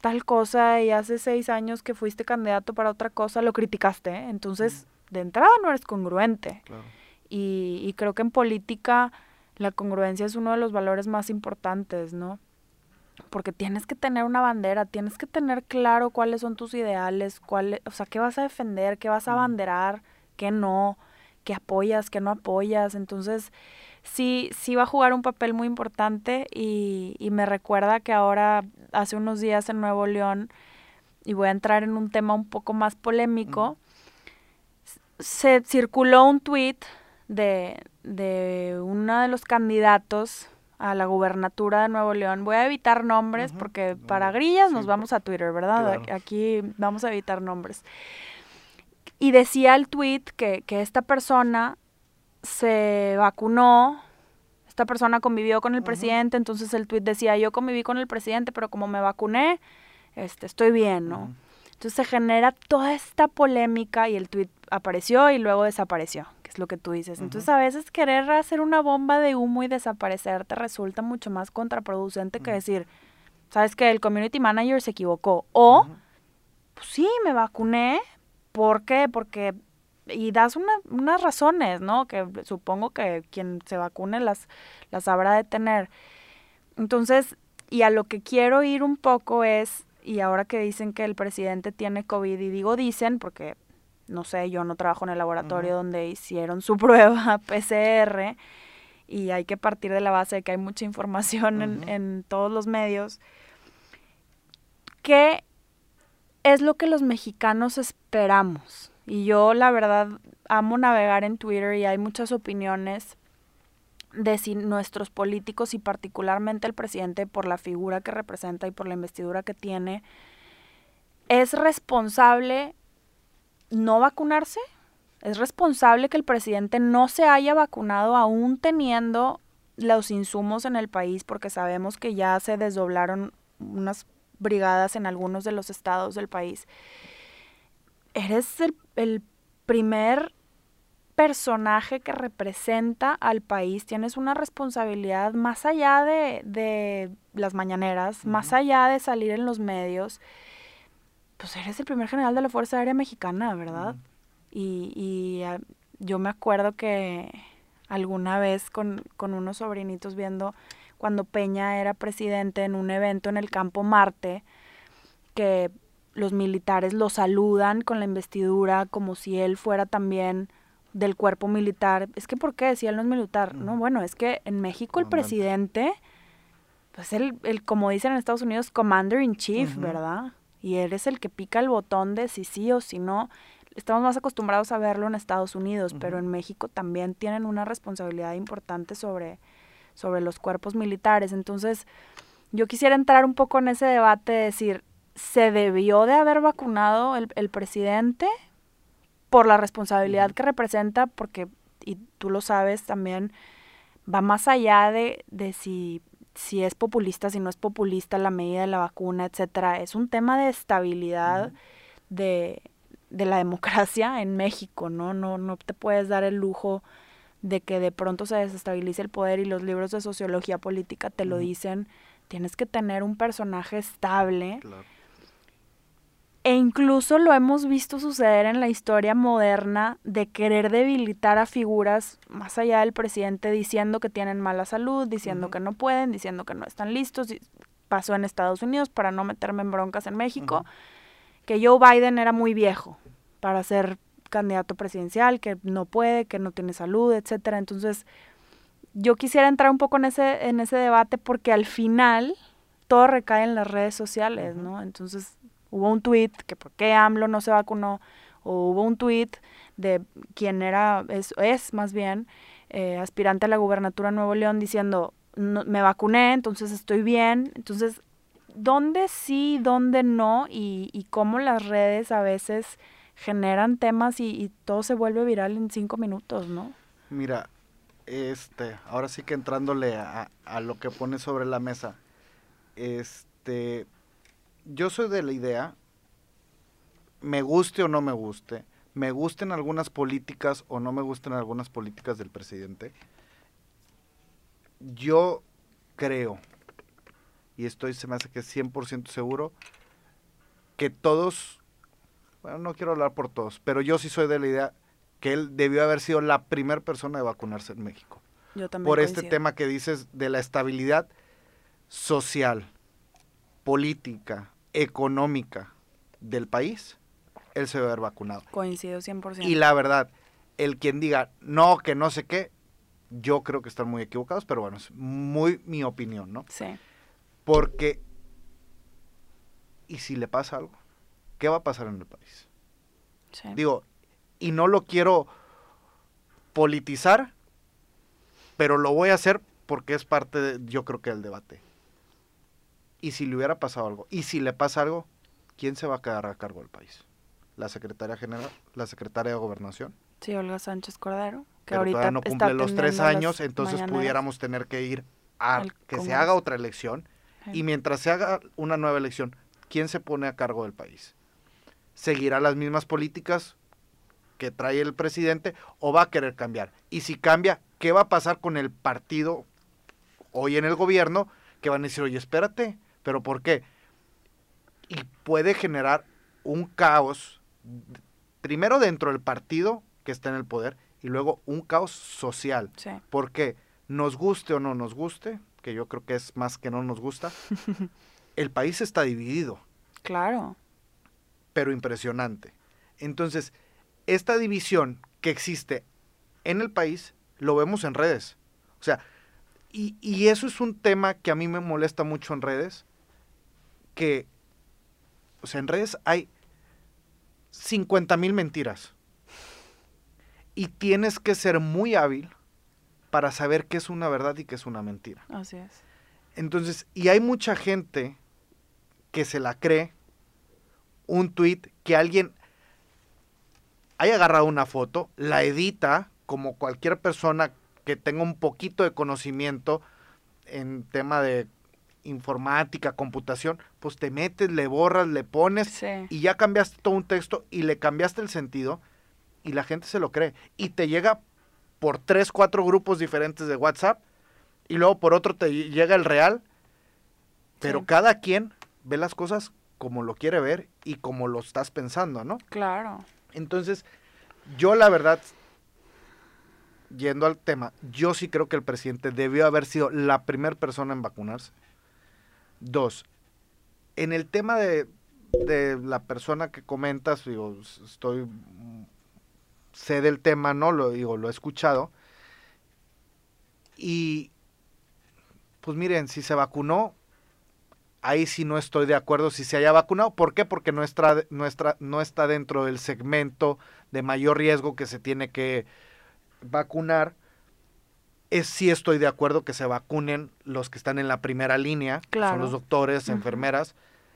tal cosa y hace seis años que fuiste candidato para otra cosa, lo criticaste, ¿eh? Entonces, mm. de entrada no eres congruente. Claro. Y, y creo que en política la congruencia es uno de los valores más importantes, ¿no? Porque tienes que tener una bandera, tienes que tener claro cuáles son tus ideales, cuál, o sea, qué vas a defender, qué vas a abanderar, qué no, qué apoyas, qué no apoyas. Entonces, sí, sí va a jugar un papel muy importante y, y me recuerda que ahora, hace unos días en Nuevo León, y voy a entrar en un tema un poco más polémico, uh-huh. se circuló un tuit de, de uno de los candidatos a la gubernatura de Nuevo León. Voy a evitar nombres uh-huh. porque no, para grillas sí, nos vamos a Twitter, ¿verdad? Claro. Aquí vamos a evitar nombres. Y decía el tweet que, que esta persona se vacunó, esta persona convivió con el uh-huh. presidente, entonces el tweet decía, yo conviví con el presidente, pero como me vacuné, este, estoy bien, ¿no? Uh-huh. Entonces se genera toda esta polémica y el tweet apareció y luego desapareció, que es lo que tú dices. Uh-huh. Entonces a veces querer hacer una bomba de humo y desaparecer te resulta mucho más contraproducente uh-huh. que decir, ¿sabes qué? El community manager se equivocó. O, uh-huh. pues sí, me vacuné. ¿Por qué? Porque, y das una, unas razones, ¿no? Que supongo que quien se vacune las, las habrá de tener. Entonces, y a lo que quiero ir un poco es, y ahora que dicen que el presidente tiene COVID, y digo dicen porque, no sé, yo no trabajo en el laboratorio uh-huh. donde hicieron su prueba P C R, y hay que partir de la base de que hay mucha información uh-huh. en, en todos los medios, que es lo que los mexicanos esperamos. Y yo, la verdad, amo navegar en Twitter y hay muchas opiniones de si nuestros políticos y particularmente el presidente, por la figura que representa y por la investidura que tiene, ¿es responsable no vacunarse? ¿Es responsable que el presidente no se haya vacunado aún teniendo los insumos en el país? Porque sabemos que ya se desdoblaron unas brigadas en algunos de los estados del país. Eres el, el primer personaje que representa al país, tienes una responsabilidad más allá de, de las mañaneras, uh-huh. más allá de salir en los medios, pues eres el primer general de la Fuerza Aérea Mexicana, ¿verdad? Uh-huh. Y, y uh, yo me acuerdo que alguna vez con, con unos sobrinitos viendo cuando Peña era presidente en un evento en el Campo Marte, que los militares lo saludan con la investidura como si él fuera también del cuerpo militar. Es que ¿por qué decía él no es militar? Mm. No, bueno, es que en México el presidente, pues él, él, como dicen en Estados Unidos, commander in chief, uh-huh. ¿verdad? Y él es el que pica el botón de si sí o si no. Estamos más acostumbrados a verlo en Estados Unidos, uh-huh. pero en México también tienen una responsabilidad importante sobre, sobre los cuerpos militares. Entonces, yo quisiera entrar un poco en ese debate de decir, ¿se debió de haber vacunado el, el presidente por la responsabilidad uh-huh. que representa? Porque, y tú lo sabes también, va más allá de, de si, si es populista, si no es populista la medida de la vacuna, etcétera. Es un tema de estabilidad uh-huh. de, de la democracia en México, ¿no? No, no te puedes dar el lujo de que de pronto se desestabilice el poder, y los libros de sociología política te uh-huh. lo dicen. Tienes que tener un personaje estable. Claro. E incluso lo hemos visto suceder en la historia moderna de querer debilitar a figuras más allá del presidente, diciendo que tienen mala salud, diciendo uh-huh. que no pueden, diciendo que no están listos. Pasó en Estados Unidos, para no meterme en broncas en México, uh-huh. que Joe Biden era muy viejo para ser candidato presidencial, que no puede, que no tiene salud, etcétera. Entonces, yo quisiera entrar un poco en ese, en ese debate porque al final todo recae en las redes sociales, uh-huh. ¿no? Entonces, hubo un tuit que por qué AMLO no se vacunó, o hubo un tuit de quien era, es, es más bien, eh, aspirante a la gubernatura de Nuevo León diciendo, no, me vacuné, entonces estoy bien. Entonces, ¿dónde sí, dónde no? Y, y cómo las redes a veces generan temas y, y todo se vuelve viral en cinco minutos, ¿no? Mira, este, ahora sí que entrándole a, a lo que pone sobre la mesa, este... yo soy de la idea, me guste o no me guste, me gusten algunas políticas o no me gusten algunas políticas del presidente, yo creo, y estoy, se me hace que cien por ciento seguro, que todos, bueno, no quiero hablar por todos, pero yo sí soy de la idea que él debió haber sido la primera persona de vacunarse en México. Yo también Por coincido. este tema que dices de la estabilidad social, política, económica del país, él se debe haber vacunado. Coincido cien por ciento. Y la verdad, el quien diga no, que no sé qué, yo creo que están muy equivocados, pero bueno, es muy mi opinión, ¿no? Sí. Porque, ¿y si le pasa algo? ¿Qué va a pasar en el país? Sí. Digo, y no lo quiero politizar, pero lo voy a hacer porque es parte, de, yo creo que del debate. ¿Y si le hubiera pasado algo? ¿Y si le pasa algo? ¿Quién se va a quedar a cargo del país? ¿La secretaria general? ¿La secretaria de Gobernación? Sí, Olga Sánchez Cordero, que Pero ahorita todavía no está cumple los tres atendiendo años, las entonces mañaneras. pudiéramos tener que ir a Al que se Congreso. haga otra elección. Sí. Y mientras se haga una nueva elección, ¿quién se pone a cargo del país? ¿Seguirá las mismas políticas que trae el presidente o va a querer cambiar? Y si cambia, ¿qué va a pasar con el partido hoy en el gobierno? Que van a decir, oye, espérate, ¿pero por qué? Y puede generar un caos, primero dentro del partido que está en el poder, y luego un caos social. Sí. Porque nos guste o no nos guste, que yo creo que es más que no nos gusta, el país está dividido. Claro. Pero impresionante. Entonces, esta división que existe en el país, lo vemos en redes. O sea, y, y eso es un tema que a mí me molesta mucho en redes, que, o sea, en redes hay cincuenta mil mentiras. Y tienes que ser muy hábil para saber qué es una verdad y qué es una mentira. Así es. Entonces, y hay mucha gente que se la cree, un tuit que alguien haya agarrado una foto, la edita como cualquier persona que tenga un poquito de conocimiento en tema de informática, computación, pues te metes, le borras, le pones Sí. y ya cambiaste todo un texto y le cambiaste el sentido y la gente se lo cree. Y te llega por tres, cuatro grupos diferentes de WhatsApp y luego por otro te llega el real, pero Sí. cada quien ve las cosas como lo quiere ver y como lo estás pensando, ¿no? Claro. Entonces, yo la verdad, yendo al tema, yo sí creo que el presidente debió haber sido la primera persona en vacunarse. Dos, en el tema de, de la persona que comentas, digo, estoy, sé del tema, ¿no? Lo digo, lo he escuchado. Y, pues miren, si se vacunó, ahí sí no estoy de acuerdo si se haya vacunado. ¿Por qué? Porque no está, no está, no está dentro del segmento de mayor riesgo que se tiene que vacunar. Es, sí estoy de acuerdo que se vacunen los que están en la primera línea, Claro. son los doctores, Uh-huh. enfermeras.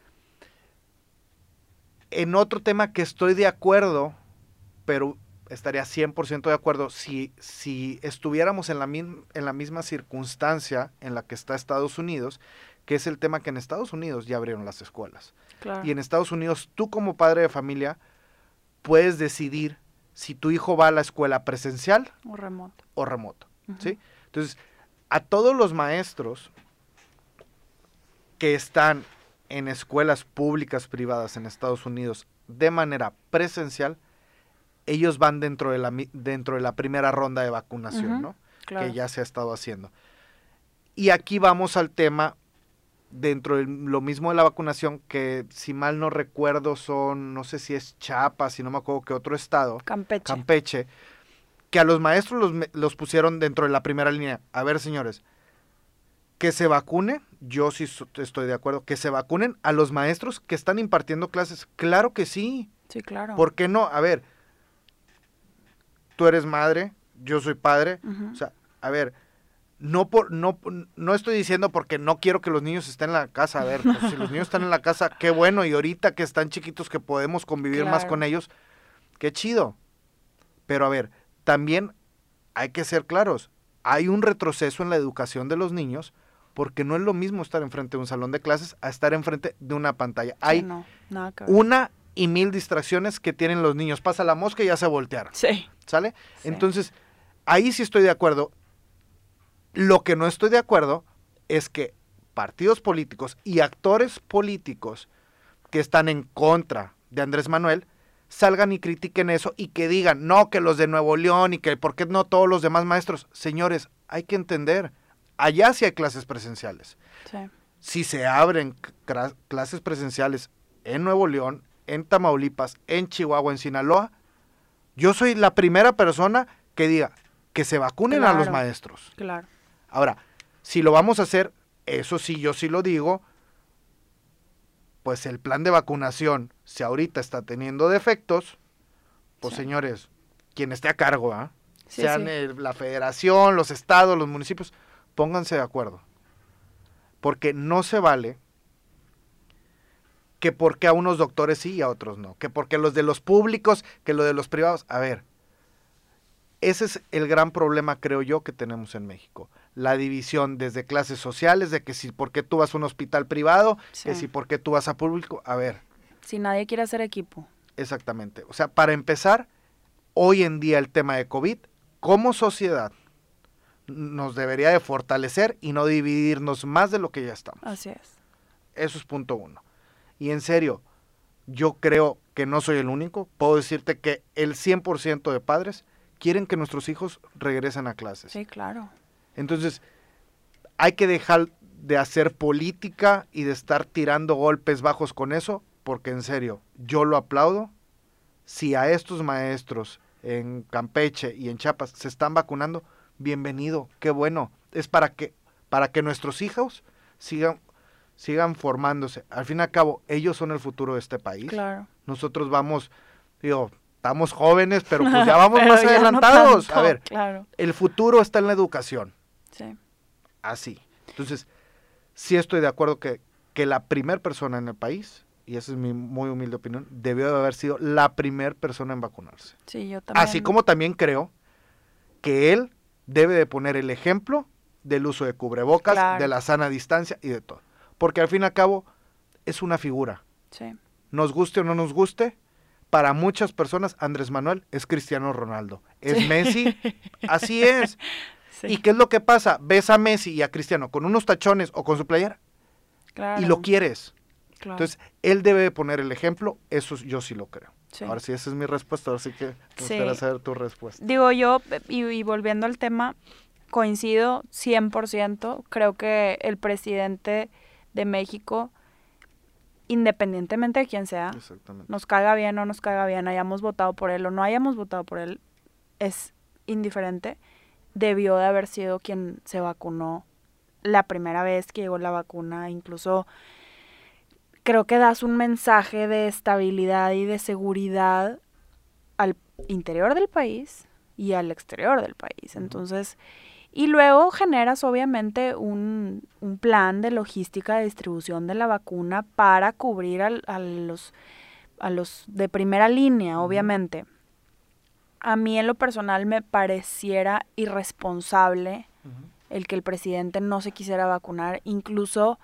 En otro tema que estoy de acuerdo, pero estaría cien por ciento de acuerdo, si, si estuviéramos en la, min, en la misma circunstancia en la que está Estados Unidos, que es el tema que en Estados Unidos ya abrieron las escuelas. Claro. Y en Estados Unidos, tú como padre de familia, puedes decidir si tu hijo va a la escuela presencial O remoto. o remoto, Uh-huh. ¿sí? Entonces, a todos los maestros que están en escuelas públicas privadas en Estados Unidos de manera presencial, ellos van dentro de la, dentro de la primera ronda de vacunación, Uh-huh. ¿no? Claro. Que ya se ha estado haciendo. Y aquí vamos al tema dentro de lo mismo de la vacunación, que si mal no recuerdo son, no sé si es Chiapas, si no me acuerdo qué otro estado, Campeche. Campeche, que a los maestros los, los pusieron dentro de la primera línea. A ver, señores, que se vacune, yo sí estoy de acuerdo, que se vacunen a los maestros que están impartiendo clases. Claro que sí. Sí, claro. ¿Por qué no? A ver, tú eres madre, yo soy padre, Uh-huh. o sea, a ver, no por no no estoy diciendo porque no quiero que los niños estén en la casa, a ver, pues, si los niños están en la casa, qué bueno, y ahorita que están chiquitos que podemos convivir Claro. más con ellos, qué chido. Pero a ver, también hay que ser claros, hay un retroceso en la educación de los niños porque no es lo mismo estar enfrente de un salón de clases a estar enfrente de una pantalla. Sí, Hay no, nada que ver. una y mil distracciones que tienen los niños. Pasa la mosca y ya se voltearon. Sí. ¿Sale? Sí. Entonces, ahí sí estoy de acuerdo. Lo que no estoy de acuerdo es que partidos políticos y actores políticos que están en contra de Andrés Manuel salgan y critiquen eso y que digan, no, que los de Nuevo León y que por qué no todos los demás maestros. Señores, hay que entender, allá sí hay clases presenciales. Sí. Si se abren clases presenciales en Nuevo León, en Tamaulipas, en Chihuahua, en Sinaloa, yo soy la primera persona que diga que se vacunen Claro, a los maestros. Claro. Ahora, si lo vamos a hacer, eso sí, yo sí lo digo, pues el plan de vacunación, si ahorita está teniendo defectos, pues sí. Señores, quien esté a cargo, ¿eh? Sí, sean sí. El, la federación, los estados, los municipios, pónganse de acuerdo. Porque no se vale que porque a unos doctores sí y a otros no. Que porque los de los públicos, que los de los privados. A ver, ese es el gran problema, creo yo, que tenemos en México. La división desde clases sociales, de que si porque tú vas a un hospital privado, sí. que si porque tú vas a público. A ver. Si nadie quiere hacer equipo. Exactamente. O sea, para empezar, hoy en día el tema de COVID, como sociedad, nos debería de fortalecer y no dividirnos más de lo que ya estamos. Así es. Eso es punto uno. Y en serio, yo creo que no soy el único. Puedo decirte que el cien por ciento de padres quieren que nuestros hijos regresen a clases. Sí, claro. Entonces, hay que dejar de hacer política y de estar tirando golpes bajos con eso, porque en serio, yo lo aplaudo. Si a estos maestros en Campeche y en Chiapas se están vacunando, bienvenido, qué bueno. Es para que, para que nuestros hijos sigan, sigan formándose. Al fin y al cabo, ellos son el futuro de este país. Claro. Nosotros vamos, digo, estamos jóvenes, pero pues ya vamos Pero más ya adelantados. No tanto, a ver, claro. El futuro está en la educación. Sí. Así. Entonces, sí estoy de acuerdo que, que la primer persona en el país, y esa es mi muy humilde opinión, debió de haber sido la primer persona en vacunarse. Sí, yo también. Así como también creo que él debe de poner el ejemplo del uso de cubrebocas, Claro. de la sana distancia y de todo. Porque al fin y al cabo es una figura. Sí. Nos guste o no nos guste, para muchas personas Andrés Manuel es Cristiano Ronaldo. Es Sí. Messi, así es. Sí. ¿Y qué es lo que pasa? Ves a Messi y a Cristiano con unos tachones o con su playera Claro. y lo quieres. Claro. Entonces, él debe de poner el ejemplo, eso yo sí lo creo. Sí. Ahora sí, esa es mi respuesta, así que me Sí. gustaría saber tu respuesta. Digo yo, y, y volviendo al tema, coincido cien por ciento. Creo que el presidente de México, independientemente de quién sea, Exactamente. nos caiga bien o nos caiga bien, hayamos votado por él o no hayamos votado por él, es indiferente, debió de haber sido quien se vacunó la primera vez que llegó la vacuna. Incluso creo que das un mensaje de estabilidad y de seguridad al interior del país y al exterior del país. Entonces, y luego generas obviamente un, un plan de logística de distribución de la vacuna para cubrir al, a los a los de primera línea, obviamente. A mí en lo personal me pareciera irresponsable uh-huh. el que el presidente no se quisiera vacunar. Incluso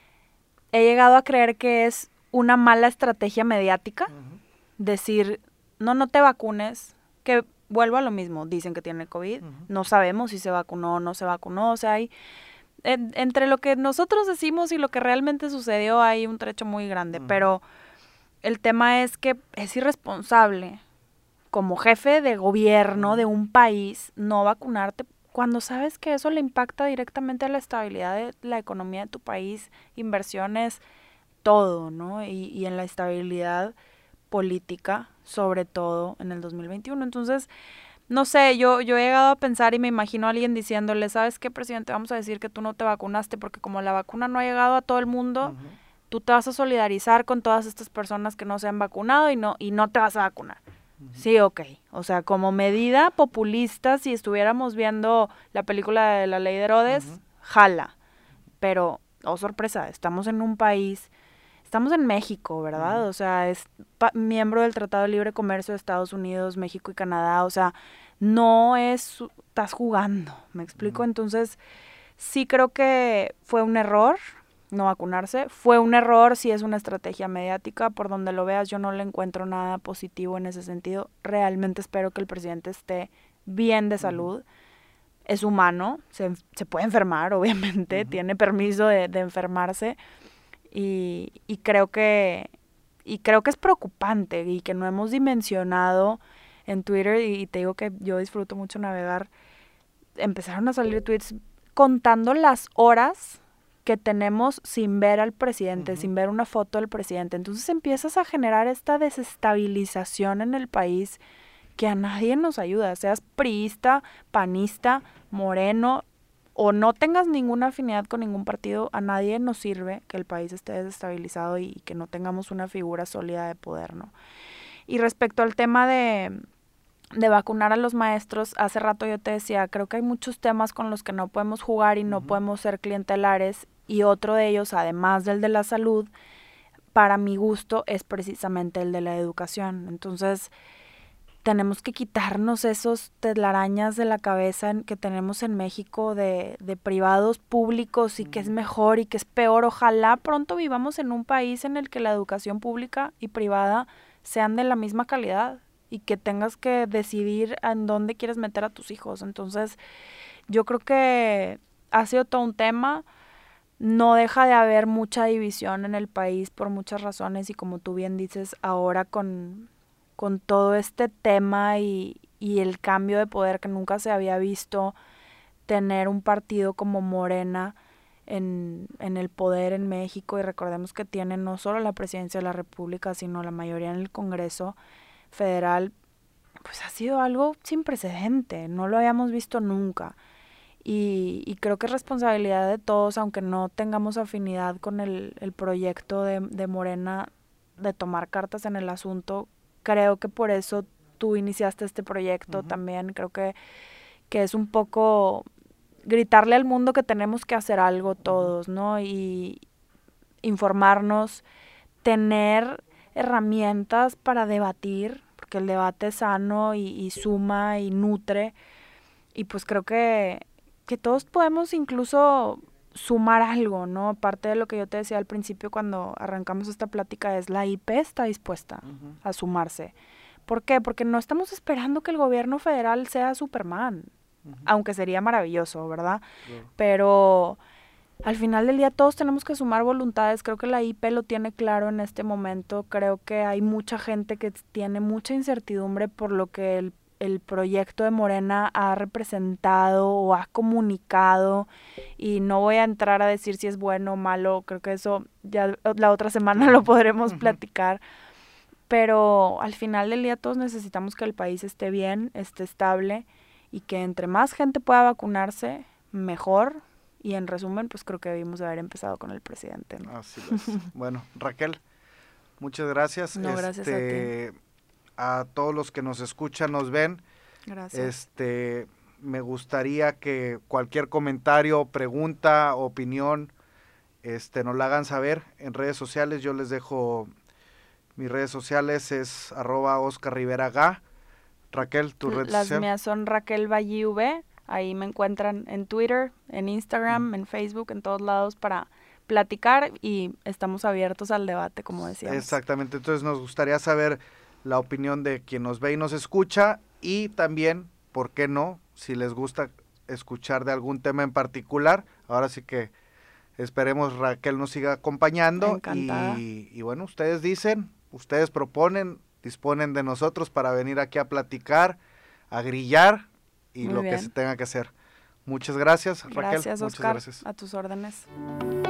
he llegado a creer que es una mala estrategia mediática uh-huh. decir, no, no te vacunes, que vuelvo a lo mismo, dicen que tiene COVID, uh-huh. no sabemos si se vacunó o no se vacunó, o sea, hay, en, entre lo que nosotros decimos y lo que realmente sucedió hay un trecho muy grande, uh-huh. pero el tema es que es irresponsable como jefe de gobierno uh-huh. de un país no vacunarte cuando sabes que eso le impacta directamente a la estabilidad de la economía de tu país, inversiones, todo, ¿no? Y, y en la estabilidad política, sobre todo en el dos mil veintiuno. Entonces, no sé, yo, yo he llegado a pensar y me imagino a alguien diciéndole, ¿sabes qué, presidente? Vamos a decir que tú no te vacunaste porque como la vacuna no ha llegado a todo el mundo, uh-huh. tú te vas a solidarizar con todas estas personas que no se han vacunado y no, y no te vas a vacunar. Uh-huh. Sí, ok. O sea, como medida populista, si estuviéramos viendo la película de La Ley de Herodes, uh-huh. jala. Pero, oh sorpresa, estamos en un país... Estamos en México, ¿verdad? Uh-huh. O sea, es pa- miembro del Tratado de Libre Comercio de Estados Unidos, México y Canadá. O sea, no es... Estás jugando, ¿me explico? Uh-huh. Entonces, sí creo que fue un error no vacunarse. Fue un error si es una estrategia mediática. Por donde lo veas, yo no le encuentro nada positivo en ese sentido. Realmente espero que el presidente esté bien de salud. Uh-huh. Es humano, se, se puede enfermar, obviamente. Uh-huh. Tiene permiso de, de enfermarse. Y, y creo que y creo que es preocupante y que no hemos dimensionado en Twitter, y, y te digo que yo disfruto mucho navegar, empezaron a salir tweets contando las horas que tenemos sin ver al presidente, uh-huh. sin ver una foto del presidente. Entonces empiezas a generar esta desestabilización en el país que a nadie nos ayuda, seas priista, panista, moreno, o no tengas ninguna afinidad con ningún partido, a nadie nos sirve que el país esté desestabilizado y que no tengamos una figura sólida de poder, ¿no? Y respecto al tema de, de vacunar a los maestros, hace rato yo te decía, creo que hay muchos temas con los que no podemos jugar y no uh-huh. podemos ser clientelares, y otro de ellos, además del de la salud, para mi gusto, es precisamente el de la educación. Entonces, tenemos que quitarnos esos telarañas de la cabeza en, que tenemos en México de, de privados públicos y mm. que es mejor y que es peor. Ojalá pronto vivamos en un país en el que la educación pública y privada sean de la misma calidad y que tengas que decidir en dónde quieres meter a tus hijos. Entonces, yo creo que ha sido todo un tema. No deja de haber mucha división en el país por muchas razones y, como tú bien dices, ahora con... con todo este tema y, y el cambio de poder que nunca se había visto, tener un partido como Morena en, en el poder en México, y recordemos que tiene no solo la presidencia de la República, sino la mayoría en el Congreso Federal, pues ha sido algo sin precedente, no lo habíamos visto nunca. Y, y creo que es responsabilidad de todos, aunque no tengamos afinidad con el, el proyecto de, de Morena, de tomar cartas en el asunto. Creo que por eso tú iniciaste este proyecto uh-huh. también. Creo que, que es un poco gritarle al mundo que tenemos que hacer algo todos, ¿no? Y informarnos, tener herramientas para debatir, porque el debate es sano y, y suma y nutre. Y pues creo que, que todos podemos incluso sumar algo, ¿no? Parte de lo que yo te decía al principio cuando arrancamos esta plática es la I P está dispuesta uh-huh. a sumarse. ¿Por qué? Porque no estamos esperando que el gobierno federal sea Superman, uh-huh. aunque sería maravilloso, ¿verdad? Yeah. Pero al final del día todos tenemos que sumar voluntades. Creo que la I P lo tiene claro en este momento. Creo que hay mucha gente que tiene mucha incertidumbre por lo que el el proyecto de Morena ha representado o ha comunicado, y no voy a entrar a decir si es bueno o malo, creo que eso ya la otra semana lo podremos uh-huh. platicar, pero al final del día todos necesitamos que el país esté bien, esté estable, y que entre más gente pueda vacunarse, mejor, y en resumen, pues creo que debimos de haber empezado con el presidente, ¿no? Así es. Bueno, Raquel, muchas gracias. No, gracias este... a ti. A todos los que nos escuchan, nos ven. Gracias. Este, me gustaría que cualquier comentario, pregunta, opinión, este, nos la hagan saber en redes sociales. Yo les dejo mis redes sociales, es arroba Oscar Rivera Ga. Raquel, tu red Las social. Las mías son Raquel Valli V. Ahí me encuentran en Twitter, en Instagram, mm. en Facebook, en todos lados para platicar, y estamos abiertos al debate, como decíamos. Exactamente. Entonces nos gustaría saber la opinión de quien nos ve y nos escucha, y también, ¿por qué no? Si les gusta escuchar de algún tema en particular, ahora sí que esperemos Raquel nos siga acompañando, y, y bueno, ustedes dicen, ustedes proponen, disponen de nosotros para venir aquí a platicar, a grillar y Muy lo bien. que se tenga que hacer. Muchas gracias, Raquel. Gracias, Muchas Oscar, gracias. a tus órdenes.